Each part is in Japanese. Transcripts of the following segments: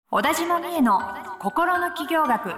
小田島美恵の心の起業学。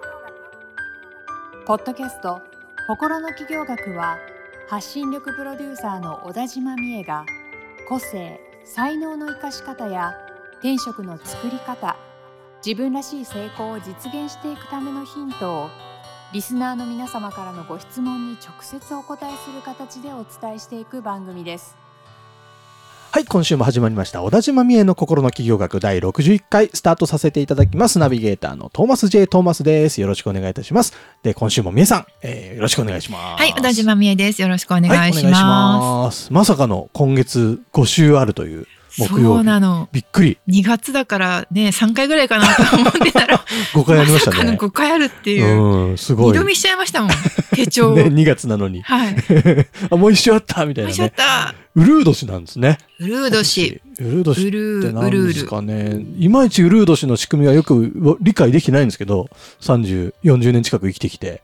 ポッドキャスト心の起業学は、発信力プロデューサーの小田島美恵が個性、才能の生かし方や転職の作り方、自分らしい成功を実現していくためのヒントをリスナーの皆様からのご質問に直接お答えする形でお伝えしていく番組です。 はい、今週も始まりました小田島美恵の心の起業学第61回スタートさせていただきます。ナビゲーターのトーマス J トーマスです。よろしくお願いいたします。で、今週も美恵さん、よろしくお願いします。 はい、小田島美恵です。よろしくお願いします。 はい、お願いします。まさかの今月5週あるという木曜日。 そうなの。 びっくり。 2月だからね、3回ぐらいかなと思ってたら 5回ありましたね。 まさかの5回あるっていう。 うん、すごい。 二度見しちゃいましたもん、手帳。 ね、2月なのに。 はい。 あ、もう一週あったみたいなね。 もう一週あった。 ウルー年なんですね。 ウルー年。 ウルー年って何ですかね。いまいちウルー年の仕組みはよく理解できてないんですけど、30、40年近く生きてきて。 うん、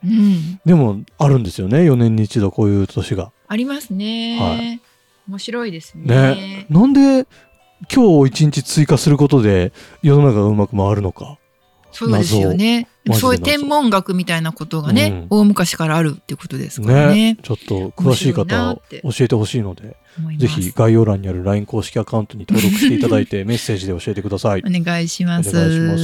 でもあるんですよね。4年に一度こういう年が。 ありますね。はい、面白いですね。 ね。なんで今日一日追加することで世の中がうまく回るのか。 そうですよね。そういう天文学みたいなことがね、大昔からあるってことですからね。 ちょっと詳しい方教えてほしいので、ぜひ概要欄にある LINE 公式アカウントに登録していただいてメッセージで教えてください。 お願いします。 お願いします。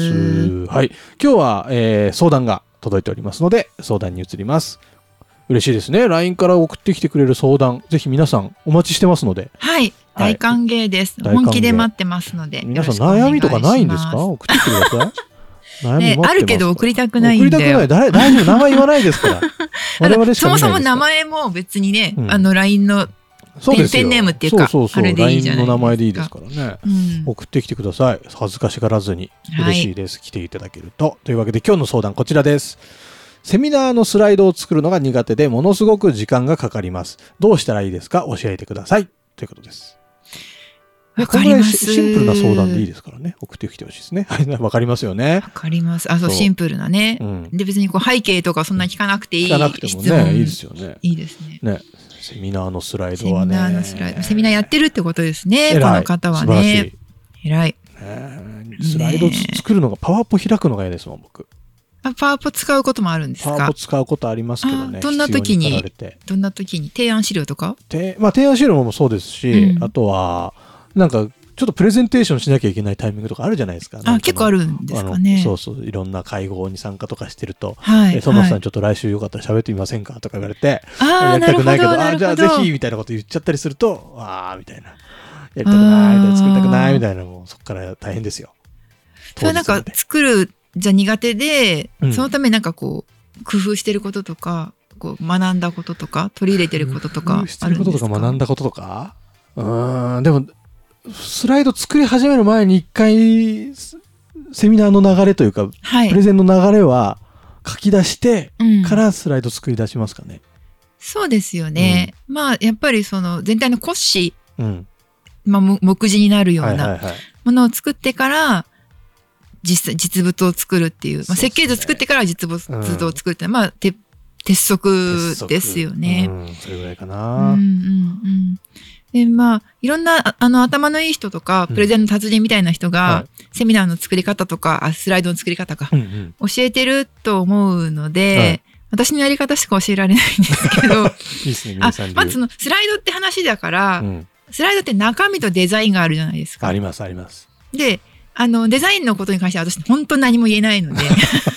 はい。今日は、相談が届いておりますので相談に移ります。嬉しいですね。LINE から送ってきてくれる相談、ぜひ皆さんお待ちしてますので。 はい。大歓迎です。本気で待ってますので。 皆さん悩みとかないんですか？送ってきてください。 ね、あるけど送りたくないんだよ。 送りたくない。大丈夫。名前言わないですから。我々しか見ないですから。 そもそも名前も別にね、LINE のペンネームっていうか、あれでいいじゃないですか。 LINE の名前でいいですからね。送ってきてください。恥ずかしがらずに。嬉しいです。来ていただけると。というわけで今日の相談こちらです。セミナーのスライドを作るのが苦手でものすごく時間がかかります。どうしたらいいですか？教えてください。ということです。 わかります。 シンプルな相談でいいですからね。送ってきてほしいですね。わかりますよね。 わかります。あ、そう、シンプルなね。で、別にこう背景とかそんな聞かなくていい。 聞かなくてもね、いいですよね。 いいですね。 ね。セミナーのスライドはね。 セミナーやってるってことですね。この方はね。 素晴らしい。 偉い。 スライド作るのが、パワポ開くのが嫌ですもん、僕。 パワポ使うこともあるんですか？ パワポ使うことありますけどね。 どんな時に提案資料とか？ まあ提案資料もそうですし、あとは、なんか、ちょっとプレゼンテーションしなきゃいけないタイミングとかあるじゃないですか。 結構あるんですかね。 そうそう、いろんな会合に参加とかしてると、トーマスさんちょっと来週よかったら喋ってみませんかとか言われて、やりたくないけど、じゃあぜひみたいなこと言っちゃったりすると、みたいな。やりたくない、作りたくないみたいな、もうそこから大変ですよ。 それなんか作る、じゃ苦手で、そのためになんかこう、工夫してることとか、こう学んだこととか、取り入れてることとかあるんですか？ 工夫してることとか学んだこととか？でも、スライド作り始める前に一回、セミナーの流れというか、プレゼンの流れは書き出してからスライド作り出しますかね。 そうですよね。まあ、やっぱりその全体の骨子、まあ、目次になるようなものを作ってから、実物を作るっていう、まあ、設計図作ってから実物を作るっていうのは、まあ、鉄則ですよね。 それぐらいかな。 で、まあ、いろんな、頭のいい人とか、プレゼンの達人みたいな人が、セミナーの作り方とか、スライドの作り方か、教えてると思うので、私のやり方しか教えられないんですけど、まずその、スライドって話だから、スライドって中身とデザインがあるじゃないですか。 あります、あります。 で、デザインのことに関しては私本当何も言えないので、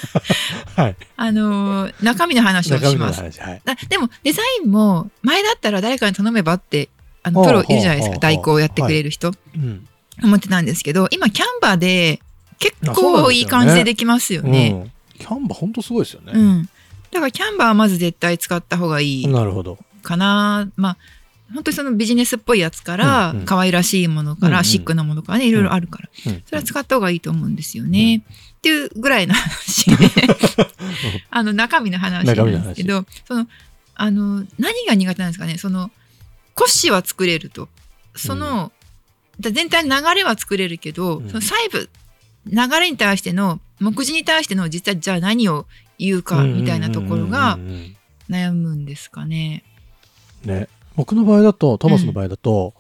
中身の話をします。でもデザインも前だったら誰かに頼めばってプロいるじゃないですか、代行をやってくれる人、思ってたんですけど、今キャンバーで結構いい感じでできますよね。 キャンバー本当すごいですよね。 だからキャンバーはまず絶対使った方がいいかな。まあ本当にそのビジネスっぽいやつから、可愛らしいものから、シックなものからね、いろいろあるから、それは使った方がいいと思うんですよね。っていうぐらいの話で、中身の話なんですけど、何が苦手なんですかね、骨子は作れると。全体の流れは作れるけど、その細部、流れに対しての、目次に対しての、実際じゃあ何を言うか、みたいなところが悩むんですかね。 ね。僕の場合だと、トーマスの場合だと、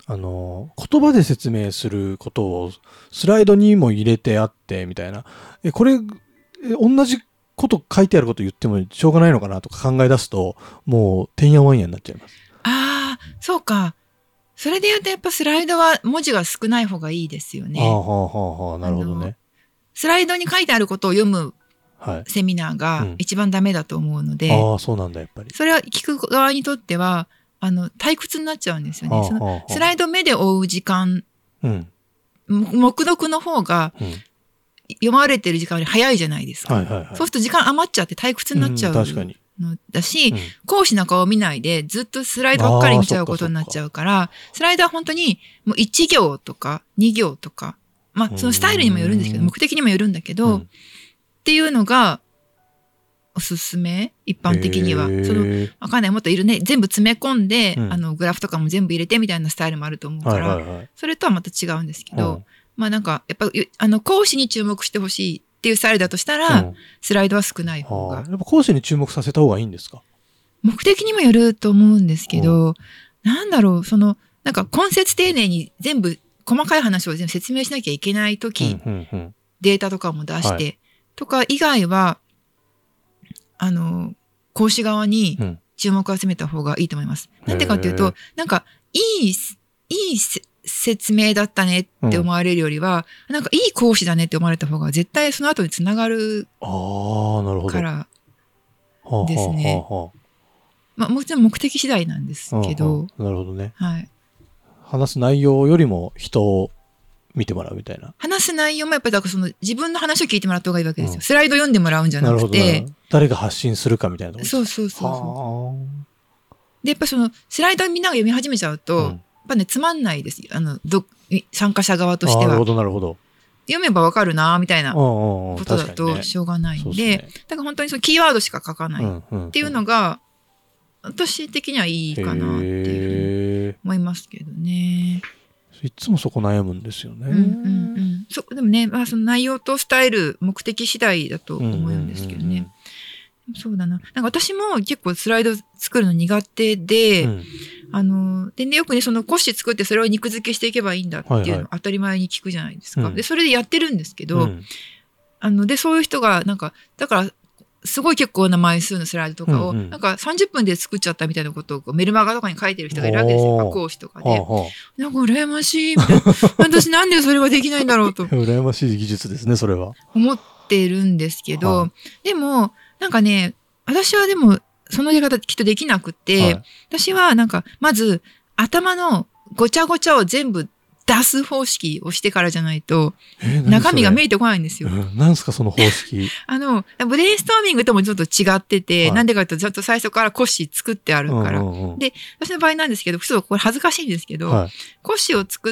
言葉で説明することをスライドにも入れてあってみたいな、これ同じこと書いてあること言ってもしょうがないのかなとか考え出すと、もうてんやわんやになっちゃいます。 ああ、そうか。それで言うとやっぱスライドは文字が少ない方がいいですよね。 はあはあはあはあ、なるほどね。 スライドに書いてあることを読むセミナーが一番ダメだと思うので、 ああ、そうなんだ、やっぱり。 それは聞く側にとっては退屈になっちゃうんですよね。そのスライド目で追う時間、黙読の方が読まれてる時間より早いじゃないですか。そうすると時間余っちゃって退屈になっちゃうのだし、講師の顔を見ないでずっとスライドばっかり見ちゃうことになっちゃうから、スライドは本当にもう1行とか2行とか、まあそのスタイルにもよるんですけど、目的にもよるんだけど、っていうのがおすすめ、一般的には。わかんない、もっといるね、全部詰め込んで、グラフとかも全部入れてみたいなスタイルもあると思うから、それとはまた違うんですけど、まあなんか、やっぱ講師に注目してほしいっていうスタイルだとしたら、スライドは少ない方が。 やっぱ講師に注目させた方がいいんですか？ 目的にもよると思うんですけど、なんだろう、なんか根節丁寧に全部、細かい話を全部説明しなきゃいけないとき、データとかも出して、とか以外は、講師側に注目を集めた方がいいと思います。なんでかっていうと、なんか、いい説明だったねって思われるよりは、なんかいい講師だねって思われた方が絶対その後につながるからですね。まあもちろん目的次第なんですけど。 なるほどね。 はい。 話す内容よりも人を見てもらうみたいな。話す内容もやっぱりだから自分の話を聞いてもらった方がいいわけですよ。スライド読んでもらうんじゃなくて。 誰が発信するかみたいなところ。 そう。で、やっぱスライドみんなが読み始めちゃうと、やっぱね、つまんないですよ。参加者側としては。 なるほど、なるほど。 読めばわかるなみたいなことだとしょうがないんで、だから本当にキーワードしか書かないっていうのが、私的にはいいかなっていうふうに思いますけどね。 いつもそこ悩むんですよね。 でもね、まあ、その内容とスタイル、目的次第だと思うんですけどね。そうだな。なんか私も結構スライド作るの苦手で、でよくね、講師作ってそれを肉付けしていけばいいんだっていうのを当たり前に聞くじゃないですか。で、それでやってるんですけど、で、そういう人が、なんか、だから、すごい結構な枚数のスライドとかを、なんか30分で作っちゃったみたいなことをメルマガとかに書いてる人がいるわけですよ。講師とかで。なんか羨ましいみたいな。私なんでそれができないんだろうと。 羨ましい技術ですね、それは。 思ってるんですけど、でも、なんかね、私はでも、そのやり方きっとできなくて、私はなんか、まず、頭のごちゃごちゃを全部出す方式をしてからじゃないと、中身が見えてこないんですよ。 何すか、その方式。 ブレインストーミングともちょっと違ってて、なんでかというと、ちょっと最初から骨子作ってあるから。で、私の場合なんですけど、ちょっとこれ恥ずかしいんですけど、骨子を作って、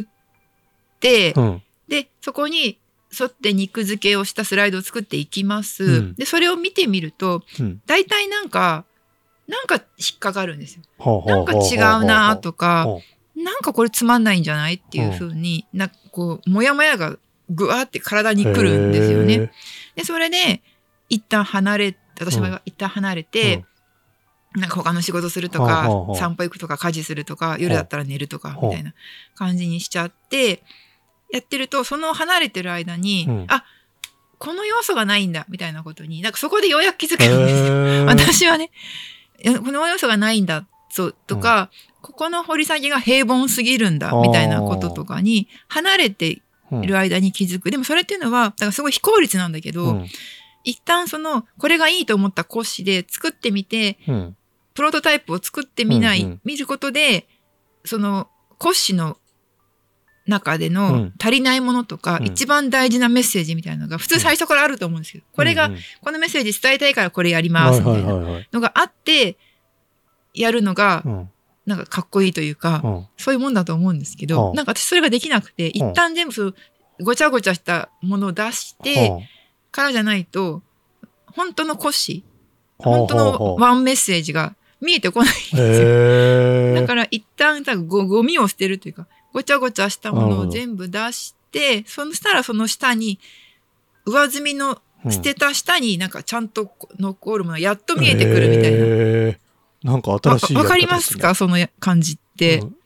で、そこに沿って肉付けをしたスライドを作っていきます。で、それを見てみると、大体なんか引っかかるんですよ。なんか違うなとか、なんかこれつまんないんじゃないっていう風に、なんかこう、もやもやがぐわーって体に来るんですよね。で、それで、私も一旦離れて、なんか他の仕事するとか、散歩行くとか、家事するとか、夜だったら寝るとか、みたいな感じにしちゃって、やってると、その離れてる間に、この要素がないんだ、みたいなことに、なんかそこでようやく気づくんですよ。私はね、この要素がないんだ、そうとか、ここの掘り下げが平凡すぎるんだ、みたいなこととかに、離れている間に気づく。でもそれっていうのは、だからすごい非効率なんだけど、一旦これがいいと思った骨子で作ってみて、プロトタイプを作って見ることで、骨子の中での足りないものとか、一番大事なメッセージみたいなのが普通最初からあると思うんですけど、これが、このメッセージ伝えたいからこれやります、みたいなのがあって、やるのが、なんかかっこいいというか、そういうもんだと思うんですけど、なんか私それができなくて、一旦全部ごちゃごちゃしたものを出してからじゃないと、本当の骨子、本当のワンメッセージが見えてこないんですよ。だから一旦ゴミを捨てるというか、ごちゃごちゃしたものを全部出して、そしたらその下に、上積みの捨てた下になんかちゃんと残るものがやっと見えてくるみたいな。 なんか新しいやり方ですね。 わかりますかその感じって。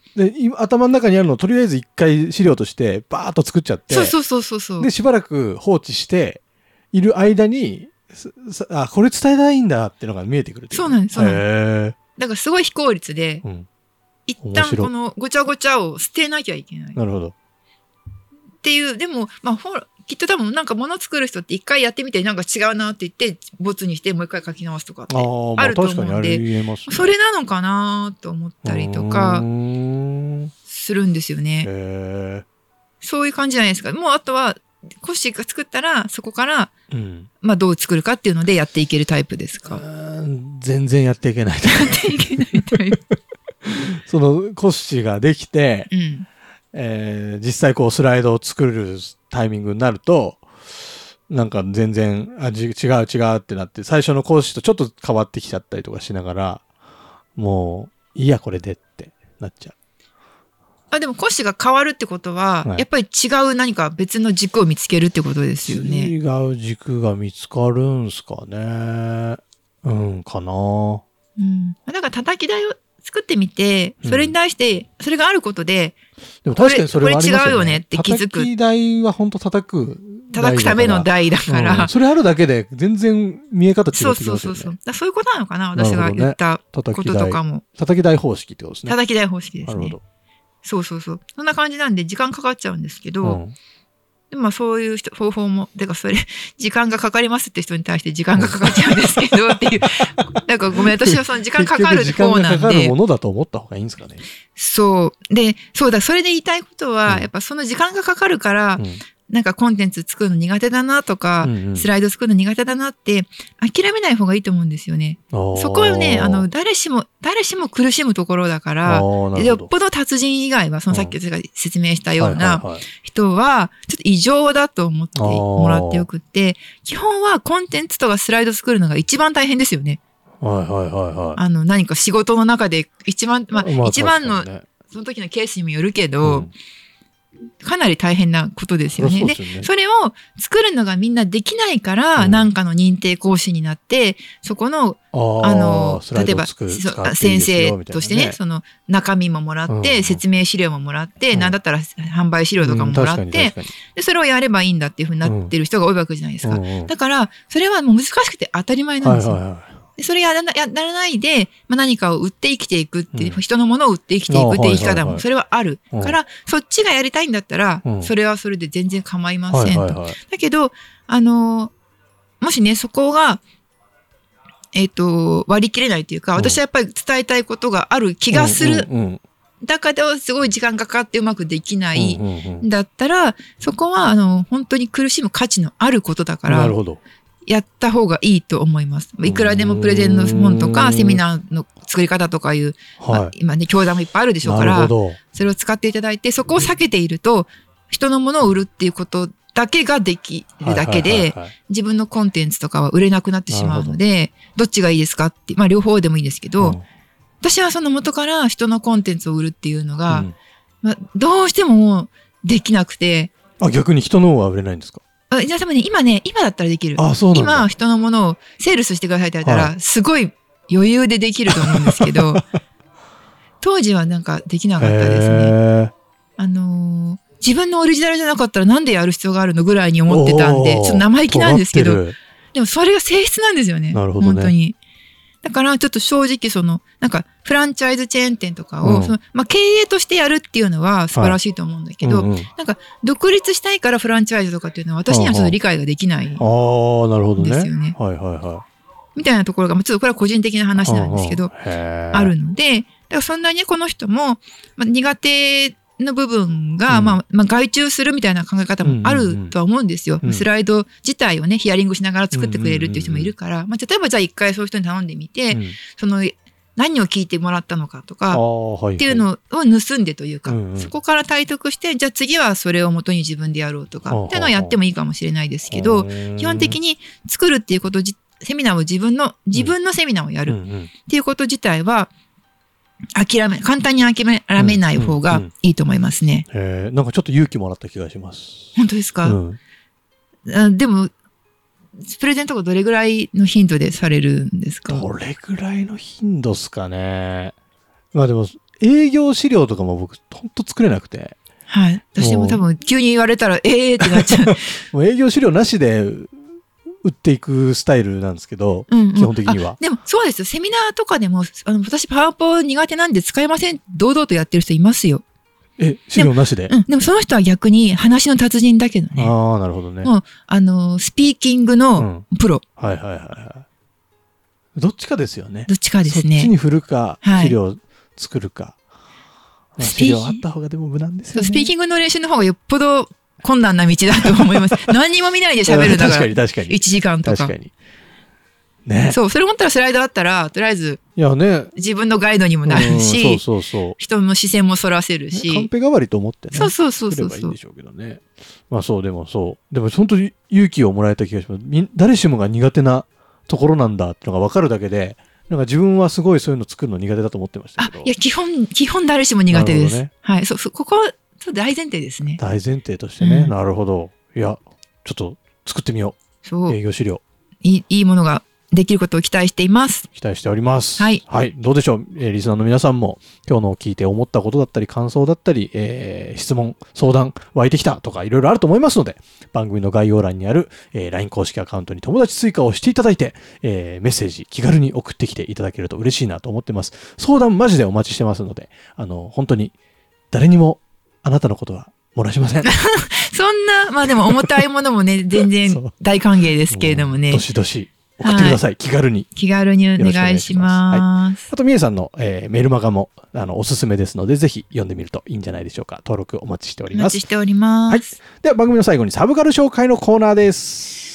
で今頭の中にあるのをとりあえず一回資料としてバーッと作っちゃって、 そうでしばらく放置している間にこれ伝えないんだっていうのが見えてくるっていう。 そうなんです。だからすごい非効率で、一旦このごちゃごちゃを捨てなきゃいけない。 なるほど。 っていう、でも、きっと多分なんか物作る人って一回やってみてなんか違うなって言って、ボツにしてもう一回書き直すとかってあると思うんで、それなのかなと思ったりとかするんですよね。そういう感じじゃないですか。もうあとは、コッシーが作ったら、そこから、どう作るかっていうのでやっていけるタイプですか？ 全然やっていけないタイプ。やっていけないタイプ。そのコッシーができて、実際こうスライドを作るタイミングになると、なんか全然、違うってなって、最初のコッシーとちょっと変わってきちゃったりとかしながら、もう、いいや、これでってなっちゃう。 でもコッシーが変わるってことは、やっぱり違う何か別の軸を見つけるってことですよね。 違う軸が見つかるんすかね。かな。 だから叩き台を作ってみて、それに対して、それがあることで、 でも確かにそれはありますよね。 これ違うよねって気づく。 叩き台は本当叩くための台だから。 それあるだけで全然見え方違ってきますよね。 そういうことなのかな、私が言ったこととかも。 叩き台方式ってことですね。 叩き台方式ですね。 なるほど。 そう。そんな感じなんで時間かかっちゃうんですけど、でもそういう方法も、てかそれ、時間がかかりますって人に対して時間がかかっちゃうんですけどっていう。なんかごめん、私はその時間かかる方なんで。時間がかかるものだと思った方がいいんですかね。 そう。で、それで言いたいことは、やっぱその時間がかかるから、なんかコンテンツ作るの苦手だなとか、スライド作るの苦手だなって諦めない方がいいと思うんですよね。そこはね、誰しも苦しむところだから、よっぽど達人以外は、そのさっき私が説明したような人は、ちょっと異常だと思ってもらってよくって、基本はコンテンツとかスライド作るのが一番大変ですよね。何か仕事の中で一番の、その時のケースにもよるけど、かなり大変なことですよね。で、それを作るのがみんなできないから、なんかの認定講師になって、そこの、例えば、先生としてね、その中身ももらって、説明資料ももらって、なんだったら販売資料とかももらって、で、それをやればいいんだっていうふうになってる人が多いわけじゃないですか。だから、それはもう難しくて当たり前なんですよ。それやらないで、何かを売って生きていくっていう、人のものを売って生きていくっていう生き方も、それはあるから、そっちがやりたいんだったら、それはそれで全然構いませんと。だけど、もしね、そこが、割り切れないというか、私はやっぱり伝えたいことがある気がする。だからすごい時間かかってうまくできないんだったら、そこは、本当に苦しむ価値のあることだから、やった方がいいと思います。いくらでもプレゼンの本とか、セミナーの作り方とかいう、今ね、教材もいっぱいあるでしょうから、それを使っていただいて、そこを避けていると、人のものを売るっていうことだけができるだけで、自分のコンテンツとかは売れなくなってしまうので、どっちがいいですかって、両方でもいいんですけど、私はその元から人のコンテンツを売るっていうのが、どうしてもできなくて。 逆に人の方は売れないんですか？ じゃあ多分ね、今だったらできる。今、人のものをセールスしてくださいって言われたら、すごい余裕でできると思うんですけど、当時はなんかできなかったですね。自分のオリジナルじゃなかったらなんでやる必要があるのぐらいに思ってたんで、ちょっと生意気なんですけど、でもそれが性質なんですよね。なるほどね。本当に。だからちょっと正直なんかフランチャイズチェーン店とかを、経営としてやるっていうのは素晴らしいと思うんだけど、なんか独立したいからフランチャイズとかっていうのは私にはちょっと理解ができないんですよね。みたいなところが、ちょっとこれは個人的な話なんですけど、あるので、だからそんなにこの人も、苦手の部分が、外注するみたいな考え方もあるとは思うんですよ。スライド自体をね、ヒアリングしながら作ってくれるっていう人もいるから、例えばじゃあ一回そういう人に頼んでみて、何を聞いてもらったのかとか、っていうのを盗んでというか、そこから体得して、じゃあ次はそれを元に自分でやろうとか、っていうのをやってもいいかもしれないですけど、基本的に作るっていうことセミナーを自分のセミナーをやるっていうこと自体は、簡単に諦めない方がいいと思いますね。 なんかちょっと勇気もらった気がします。 本当ですか？でも、プレゼントがどれぐらいの頻度でされるんですか？ どれぐらいの頻度っすかね。でも、 営業資料とかも僕ほんと作れなくて、 はい。私も多分急に言われたらってなっちゃう。 もう営業資料なしで売っていくスタイルなんですけど、基本的には。 でもそうですよ。セミナーとかでも私パワポ苦手なんで使えません。堂々とやってる人いますよ。 資料なしで？ でもその人は逆に話の達人だけどね。 ああ、なるほどね。 もうスピーキングのプロ。 はいはいはいはい。どっちかですよね。 どっちかですね。 そっちに振るか、資料作るか。資料あった方がでも無難ですよね。 スピーキングの練習の方がよっぽど困難な道だと思います。何にも見ないで喋るだから。確かに。1時間とか。 確かに。ね。 そう、それ思ったらスライドあったら、とりあえず、 いやね、 自分のガイドにもなるし、 そう人の視線もそらせるし。 カンペ代わりと思ってね。 そう。 作ればいいんでしょうけどね。まあそう、でも本当に勇気をもらえた気がします。誰しもが苦手なところなんだってのが分かるだけで、なんか自分はすごいそういうの作るの苦手だと思ってましたけど。 いや、基本誰しも苦手です。ね、はい。ここは大前提ですね。 大前提としてね。なるほど。いや、ちょっと作ってみよう。そう。営業資料。 いいものができることを期待しています。 期待しております。 はい。 はい。どうでしょう。リスナーの皆さんも今日のを聞いて思ったことだったり、感想だったり、質問、相談、湧いてきたとかいろいろあると思いますので、番組の概要欄にある、LINE 公式アカウントに友達追加をしていただいて、メッセージ気軽に送ってきていただけると嬉しいなと思ってます。相談マジでお待ちしてますので、本当に誰にもあなたのことは漏らしません。 そんな、まあでも重たいものもね、全然大歓迎ですけれどもね。 どしどし送ってください。気軽に。 気軽にお願いします。 あと、みえさんの、メルマガもおすすめですので、ぜひ読んでみるといいんじゃないでしょうか。登録お待ちしております。 お待ちしております。 はい。では、番組の最後にサブカル紹介のコーナーです。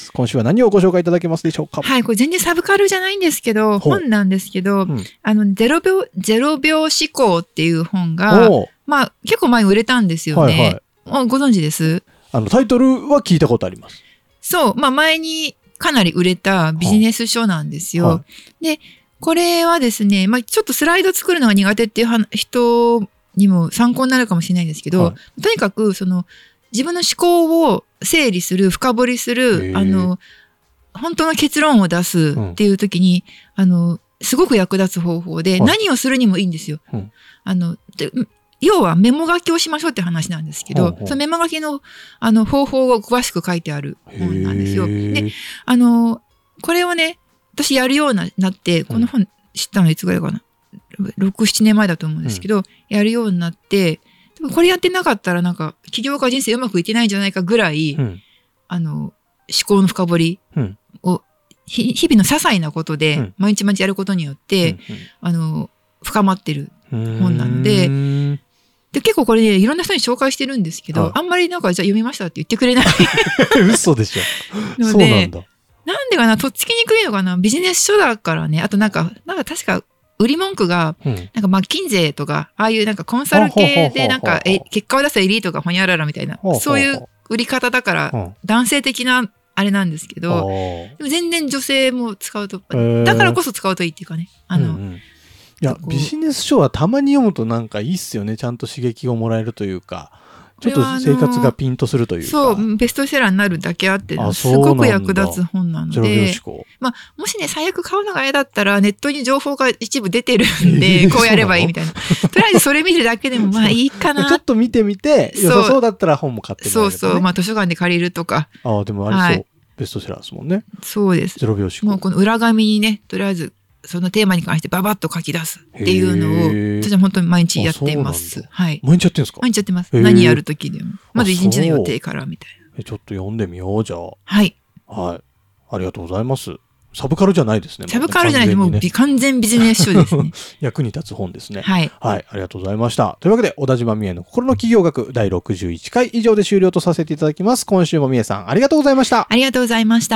今週は何をご紹介いただけますでしょうか。 はい、これ全然サブカルじゃないんですけど、本なんですけど、ゼロ秒思考っていう本が、まあ、結構前売れたんですよね。ご存知です？ タイトルは聞いたことあります。 そう、まあ前にかなり売れたビジネス書なんですよ。で、これはですね、まあちょっとスライド作るのが苦手っていう人にも参考になるかもしれないんですけど、とにかく自分の思考を整理する、深掘りする、本当の結論を出すっていう時に、すごく役立つ方法で、何をするにもいいんですよ。要はメモ書きをしましょうって話なんですけど、そのメモ書きの方法を詳しく書いてある本なんですよ。で、これをね、私やるようになって、この本知ったのいつぐらいかな。6、7年前だと思うんですけど、やるようになって、これやってなかったらなんか起業家人生うまくいってないんじゃないかぐらい、思考の深掘りを、日々の些細なことで毎日毎日やることによって、深まってる本なので、結構これね、いろんな人に紹介してるんですけど、あんまりなんかじゃあ読みましたって言ってくれない。 嘘でしょ。そうなんだ。 なんでかな、とっつきにくいのかな、ビジネス書だからね。あとなんか確か売り文句が、なんかマッキンゼーとか、ああいうなんかコンサル系でなんか、結果を出すエリートがほにゃららみたいな、そういう売り方だから、男性的なあれなんですけど、でも全然女性も使うと、だからこそ使うといいっていうかね。 いや、ビジネス書はたまに読むとなんかいいっすよね。ちゃんと刺激をもらえるというか、ちょっと生活がピンとするというか。 そう、ベストセラーになるだけあって、すごく役立つ本なので、まあ、もしね、最悪買うのが嫌だったら、ネットに情報が一部出てるんで、こうやればいいみたいな。とりあえずそれ見るだけでもまあいいかな。 ちょっと見てみて、良さそうだったら本も買ってみる、ね。 そう、まあ図書館で借りるとか。 ああ、でもありそう。ベストセラーですもんね。 そうです。 0秒思考。 もうこの裏紙にね、とりあえず、そのテーマに関してババッと書き出すっていうのを、私は本当に毎日やっています。はい。 毎日やってるんですか？ 毎日やってます。何やるときでも。まず一日の予定からみたいな。 ちょっと読んでみよう、じゃあ。 はい。 はい。ありがとうございます。サブカルじゃないですね。 サブカルじゃないで、もう完全ビジネス書ですね。 役に立つ本ですね。 はい。 はい。ありがとうございました。というわけで、小田島美恵の心の企業学第61回以上で終了とさせていただきます。今週も美恵さん、ありがとうございました。 ありがとうございました。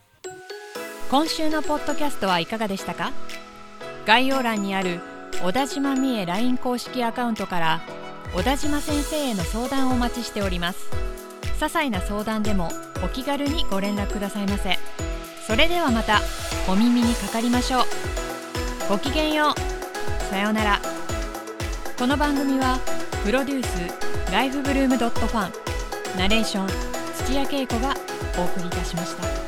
今週のポッドキャストはいかがでしたか？概要欄にある小田島美恵 LINE 公式アカウントから小田島先生への相談をお待ちしております。些細な相談でもお気軽にご連絡くださいませ。それではまたお耳にかかりましょう。ごきげんよう。さようなら。この番組はプロデュースライフブルームドットファン、ナレーション土屋恵子がお送りいたしました。